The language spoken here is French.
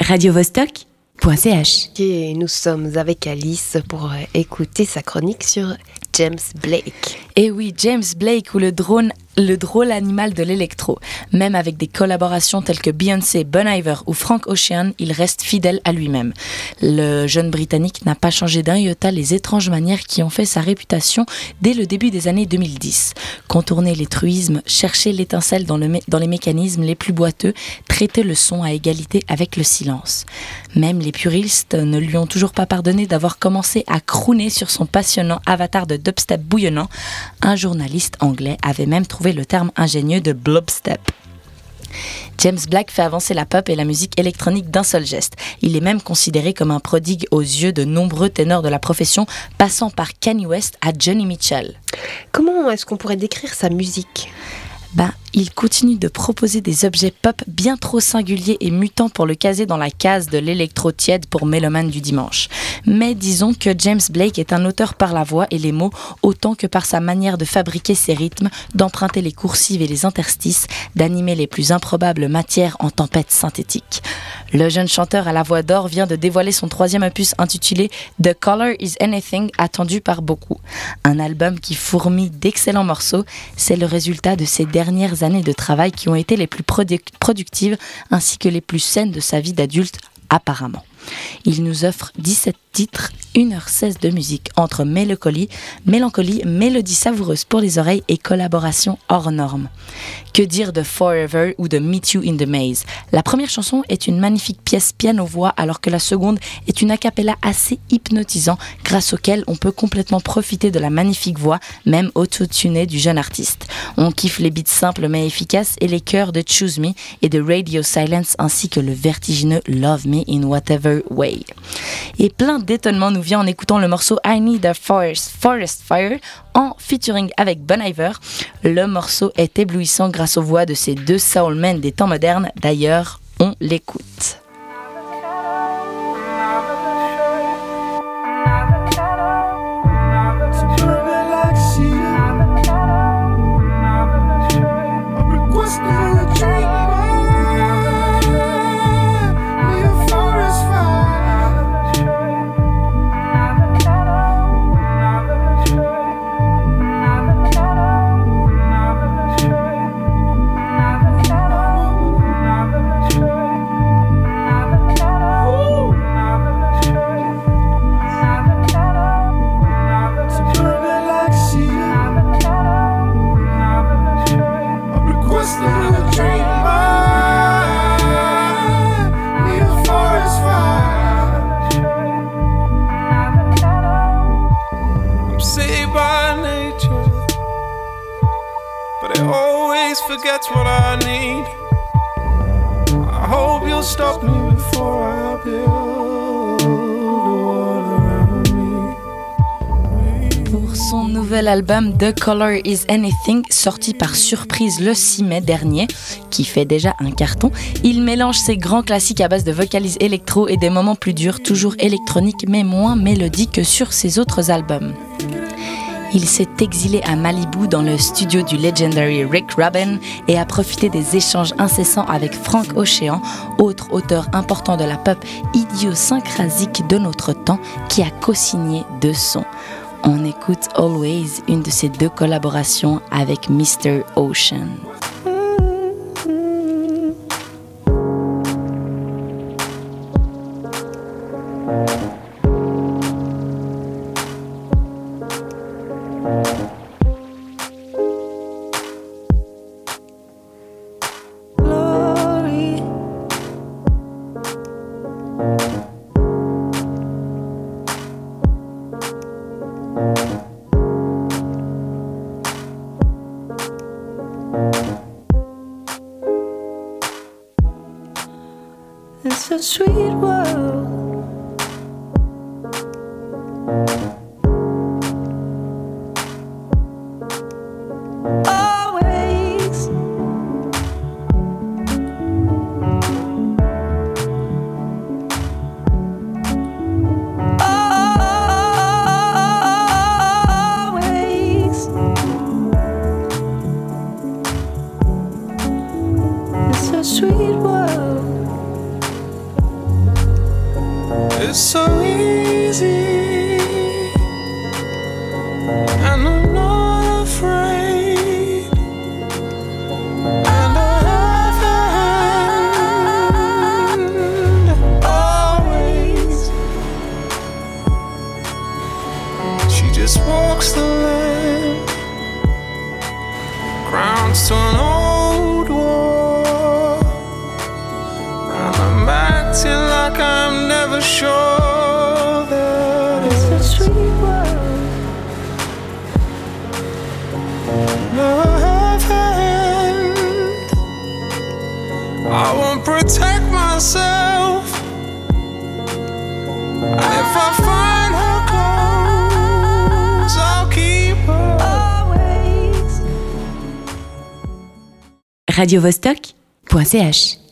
radiovostok.ch. Et nous sommes avec Alice pour écouter sa chronique sur James Blake. Et oui, James Blake ou le drôle animal de l'électro. Même avec des collaborations telles que Beyoncé, Bon Iver ou Frank Ocean, il reste fidèle à lui-même. Le jeune Britannique n'a pas changé d'un iota les étranges manières qui ont fait sa réputation dès le début des années 2010. Contourner les truismes, chercher l'étincelle dans les mécanismes les plus boiteux, traiter le son à égalité avec le silence. Même les puristes ne lui ont toujours pas pardonné d'avoir commencé à crooner sur son passionnant avatar de dubstep bouillonnant. Un journaliste anglais avait même trouvé le terme ingénieux de blobstep. James Blake fait avancer la pop et la musique électronique d'un seul geste. Il est même considéré comme un prodigue aux yeux de nombreux ténors de la profession, passant par Kanye West à Johnny Mitchell. Comment est-ce qu'on pourrait décrire sa musique ? Il continue de proposer des objets pop bien trop singuliers et mutants pour le caser dans la case de l'électro tiède pour mélomanes du dimanche. Mais disons que James Blake est un auteur par la voix et les mots, autant que par sa manière de fabriquer ses rythmes, d'emprunter les coursives et les interstices, d'animer les plus improbables matières en tempête synthétique. Le jeune chanteur à la voix d'or vient de dévoiler son 3e opus intitulé The Color is Anything, attendu par beaucoup. Un album qui fourmille d'excellents morceaux, c'est le résultat de ses dernières années de travail qui ont été les plus productives ainsi que les plus saines de sa vie d'adulte apparemment. Il nous offre 17 titres, 1h16 de musique entre mélancolie, mélodie savoureuse pour les oreilles et collaboration hors norme. Que dire de Forever ou de Meet You in the Maze ? La première chanson est une magnifique pièce piano-voix alors que la seconde est une a cappella assez hypnotisant grâce auquel on peut complètement profiter de la magnifique voix, même auto-tunée du jeune artiste. On kiffe les beats simples mais efficaces et les chœurs de Choose Me et de Radio Silence ainsi que le vertigineux Love Me in Whatever Way. Et plein d'étonnement nous vient en écoutant le morceau I Need a Forest Fire en featuring avec Bon Iver. Le morceau est éblouissant grâce aux voix de ces deux soulmen des temps modernes. D'ailleurs, on l'écoute. Forgets what I need. I hope you'll stop me before I build a wall around me. Pour son nouvel album The Color is Anything, sorti par surprise le 6 mai dernier, qui fait déjà un carton, il mélange ses grands classiques à base de vocalises électro et des moments plus durs, toujours électroniques mais moins mélodiques que sur ses autres albums. Il s'est exilé à Malibu dans le studio du legendary Rick Rubin et a profité des échanges incessants avec Frank Ocean, autre auteur important de la pop idiosyncrasique de notre temps, qui a co-signé 2 sons. On écoute Always, une de ses 2 collaborations avec Mr. Ocean. It's a sweet world. Always. Always. It's a sweet world. It's so easy, and I'm not afraid, and I haven't always. She just walks the land, grounds to an old war, and I'm acting like I'm never sure that It's a sweet world. love hand. I won't protect myself, and if I find her close, I'll keep her. Always. radiovostok.ch